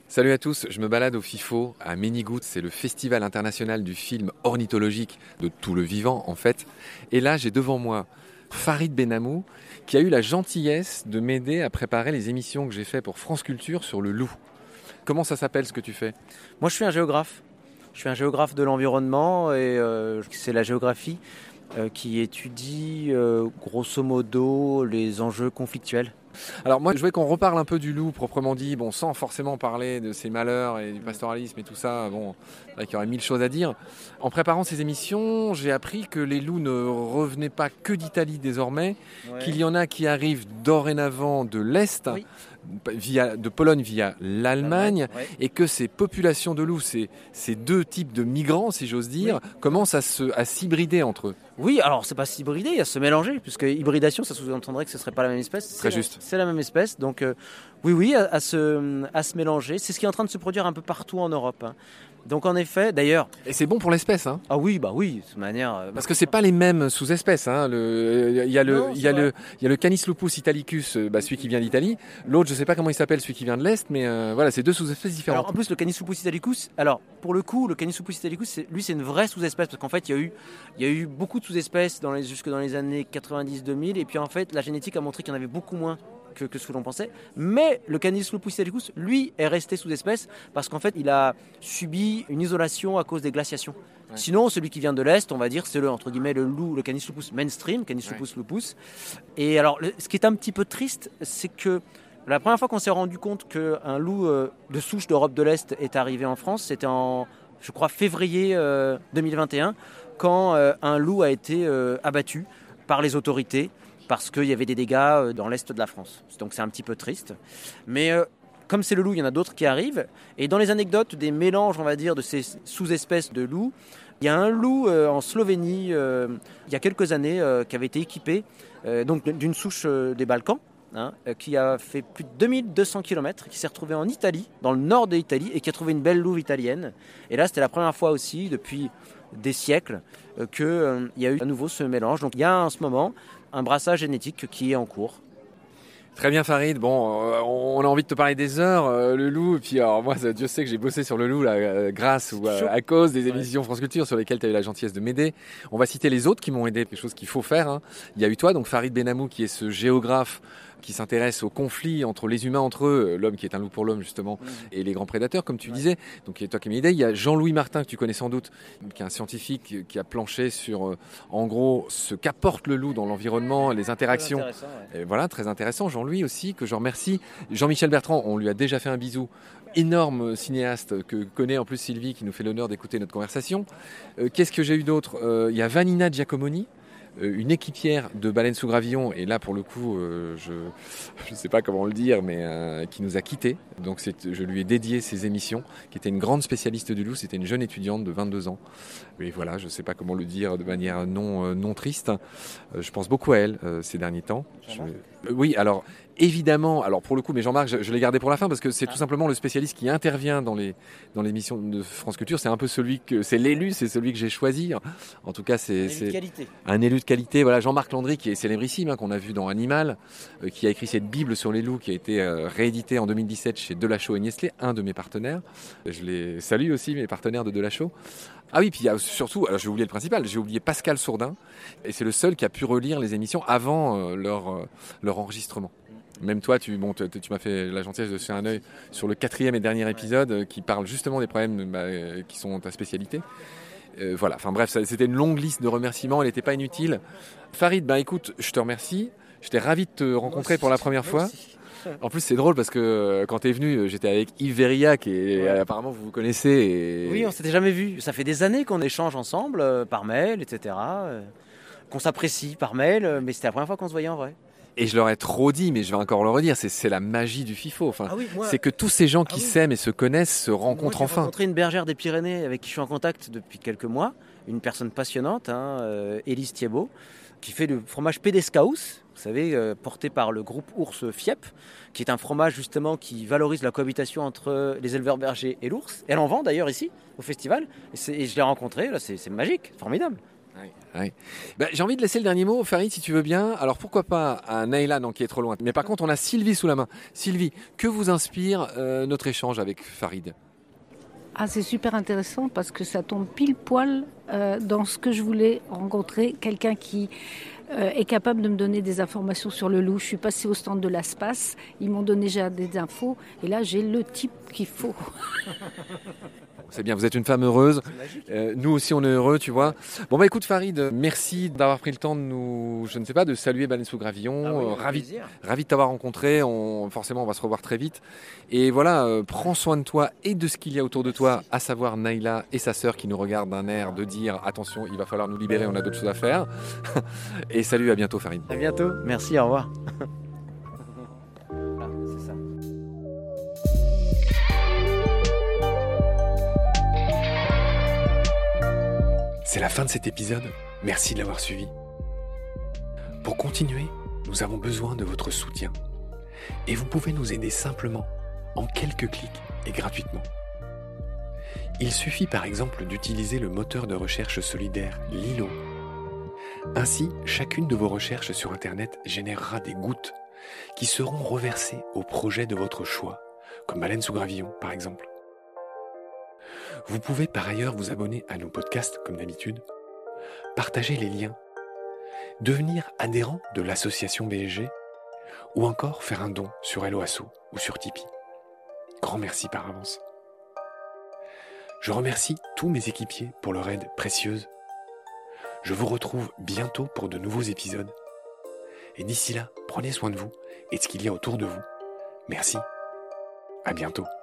Salut à tous, je me balade au FIFO à Ménigout, c'est le festival international du film ornithologique de tout le vivant en fait. Et là j'ai devant moi Farid Benamou qui a eu la gentillesse de m'aider à préparer les émissions que j'ai fait pour France Culture sur le loup. Comment ça s'appelle ce que tu fais ? Moi, je suis un géographe. Je suis un géographe de l'environnement et c'est la géographie qui étudie grosso modo les enjeux conflictuels. Alors moi je voulais qu'on reparle un peu du loup proprement dit, bon sans forcément parler de ses malheurs et du pastoralisme et tout ça, bon c'est vrai qu'il y aurait mille choses à dire. En préparant ces émissions, j'ai appris que les loups ne revenaient pas que d'Italie désormais, qu'il y en a qui arrivent dorénavant de l'Est, Oui. de Pologne via l'Allemagne, Ouais. et que ces populations de loups, ces deux types de migrants si j'ose dire, commencent à s'hybrider entre eux. Oui, alors c'est pas s'hybrider, il y a se mélanger, puisque hybridation, ça sous-entendrait que ce serait pas la même espèce. Très juste. C'est la même espèce, donc oui, à se mélanger. C'est ce qui est en train de se produire un peu partout en Europe, hein. Donc en effet, d'ailleurs, Et c'est bon pour l'espèce, hein. ah oui, bah oui, de toute manière. Parce que c'est pas les mêmes sous-espèces. Hein. Il y a Non, c'est vrai. Canis lupus italicus, celui qui vient d'Italie. L'autre, je sais pas comment il s'appelle, celui qui vient de l'Est, mais voilà, c'est deux sous-espèces différentes. Alors en plus le Canis lupus italicus, alors pour le coup le Canis lupus italicus c'est une vraie sous-espèce parce qu'en fait il y a eu beaucoup de sous-espèces jusque dans les années 90-2000 et puis en fait la génétique a montré qu'il y en avait beaucoup moins que ce que l'on pensait, mais le Canis lupus italicus lui est resté sous-espèce parce qu'en fait il a subi une isolation à cause des glaciations. Ouais. Sinon celui qui vient de l'Est, on va dire c'est le entre guillemets le loup, le Canis lupus mainstream, Canis lupus lupus. Et alors ce qui est un petit peu triste, c'est que la première fois qu'on s'est rendu compte qu'un loup de souche d'Europe de l'Est est arrivé en France, c'était en, je crois, février 2021, quand un loup a été abattu par les autorités parce qu'il y avait des dégâts dans l'Est de la France. Donc c'est un petit peu triste. Mais comme c'est le loup, il y en a d'autres qui arrivent. Et dans les anecdotes des mélanges, on va dire, de ces sous-espèces de loups, il y a un loup en Slovénie, il y a quelques années, qui avait été équipé donc d'une souche des Balkans. Qui a fait plus de 2200 km, qui s'est retrouvé en Italie, dans le nord de l'Italie, et qui a trouvé une belle louve italienne. Et là, c'était la première fois aussi, depuis des siècles, qu'il y a eu à nouveau ce mélange. Donc il y a en ce moment un brassage génétique qui est en cours. Très bien Farid, bon, on a envie de te parler des heures, le loup, et puis alors moi, Dieu sait que j'ai bossé sur le loup là, grâce ou à cause des émissions France Culture sur lesquelles tu as eu la gentillesse de m'aider. On va citer les autres qui m'ont aidé, quelque chose qu'il faut faire. Hein. Il y a eu toi, donc Farid Benamou, qui est ce géographe qui s'intéresse aux conflits entre les humains entre eux, l'homme qui est un loup pour l'homme justement, et les grands prédateurs comme tu disais. Donc il y a toi qui m'as aidé. Il y a Jean-Louis Martin que tu connais sans doute, qui est un scientifique qui a planché sur en gros ce qu'apporte le loup dans l'environnement, les interactions. Et voilà, très intéressant. Jean-Louis aussi, que je remercie. Jean-Michel Bertrand, on lui a déjà fait un bisou. Énorme cinéaste que connaît en plus Sylvie qui nous fait l'honneur d'écouter notre conversation. Qu'est-ce que j'ai eu d'autre ? Il y a Vanina Giacomoni, une équipière de Baleine sous gravillon, et là pour le coup je ne sais pas comment le dire, mais qui nous a quittés. Donc je lui ai dédié ces émissions, qui était une grande spécialiste du loup. C'était une jeune étudiante de 22 ans, et voilà, je ne sais pas comment le dire de manière non triste. Je pense beaucoup à elle ces derniers temps. Oui, alors évidemment, alors pour le coup, mais Jean-Marc, je l'ai gardé pour la fin parce que c'est tout simplement le spécialiste qui intervient dans l'émission de France Culture. C'est un peu c'est l'élu, c'est celui que j'ai choisi. En tout cas, c'est un élu de qualité. Voilà, Jean-Marc Landry, qui est célébrissime, hein, qu'on a vu dans Animal, qui a écrit cette Bible sur les loups, qui a été rééditée en 2017 chez Delachaux et Niestlé, un de mes partenaires. Je les salue aussi, mes partenaires de Delachaux. Ah oui, puis il y a surtout, alors j'ai oublié le principal, j'ai oublié Pascal Sourdin, et c'est le seul qui a pu relire les émissions avant leur enregistrement. Même toi, tu m'as fait la gentillesse de se faire un œil sur le 4e et dernier épisode qui parle justement des problèmes qui sont ta spécialité. Voilà, enfin bref, c'était une longue liste de remerciements, elle n'était pas inutile. Farid, écoute, je te remercie, j'étais ravi de te rencontrer pour la première fois. En plus, c'est drôle parce que quand t'es venu, j'étais avec Yves Verillac et apparemment vous connaissez. Et... Oui, on s'était jamais vu. Ça fait des années qu'on échange ensemble par mail, etc. Qu'on s'apprécie par mail, mais c'était la première fois qu'on se voyait en vrai. Et je leur ai trop dit, mais je vais encore le redire, c'est la magie du FIFO. Enfin, c'est que tous ces gens qui s'aiment et se connaissent se rencontrent enfin. J'ai rencontré une bergère des Pyrénées avec qui je suis en contact depuis quelques mois, une personne passionnante, Élise Thiebaud, qui fait le fromage Pédescaus, vous savez, porté par le groupe Ours Fiep, qui est un fromage justement qui valorise la cohabitation entre les éleveurs bergers et l'ours. Elle en vend d'ailleurs ici, au festival, et je l'ai rencontrée, là, c'est magique, formidable. Ouais. J'ai envie de laisser le dernier mot, Farid, si tu veux bien. Alors pourquoi pas à Naïla, qui est trop loin. Mais par contre, on a Sylvie sous la main. Sylvie, que vous inspire notre échange avec Farid ? Ah, c'est super intéressant parce que ça tombe pile poil dans ce que je voulais rencontrer, quelqu'un qui est capable de me donner des informations sur le loup. Je suis passée au stand de l'ASPAS, ils m'ont donné déjà des infos et là j'ai le type qu'il faut. C'est bien, vous êtes une femme heureuse. Nous aussi, on est heureux, tu vois. Bon, écoute, Farid, merci d'avoir pris le temps de nous, je ne sais pas, de saluer Baleine sous Gravillon. Ravi de t'avoir rencontré. Forcément, on va se revoir très vite. Et voilà, prends soin de toi et de ce qu'il y a autour de toi, à savoir Naïla et sa sœur qui nous regardent d'un air de dire attention, il va falloir nous libérer, on a d'autres choses à faire. Et salut, à bientôt, Farid. À bientôt. Merci, au revoir. C'est ça. C'est la fin de cet épisode, merci de l'avoir suivi. Pour continuer, nous avons besoin de votre soutien. Et vous pouvez nous aider simplement, en quelques clics et gratuitement. Il suffit par exemple d'utiliser le moteur de recherche solidaire Lilo. Ainsi, chacune de vos recherches sur Internet générera des gouttes qui seront reversées au projet de votre choix, comme Baleine sous Gravillon par exemple. Vous pouvez par ailleurs vous abonner à nos podcasts comme d'habitude, partager les liens, devenir adhérent de l'association BSG ou encore faire un don sur Helloasso ou sur Tipeee. Grand merci par avance. Je remercie tous mes équipiers pour leur aide précieuse. Je vous retrouve bientôt pour de nouveaux épisodes. Et d'ici là, prenez soin de vous et de ce qu'il y a autour de vous. Merci. À bientôt.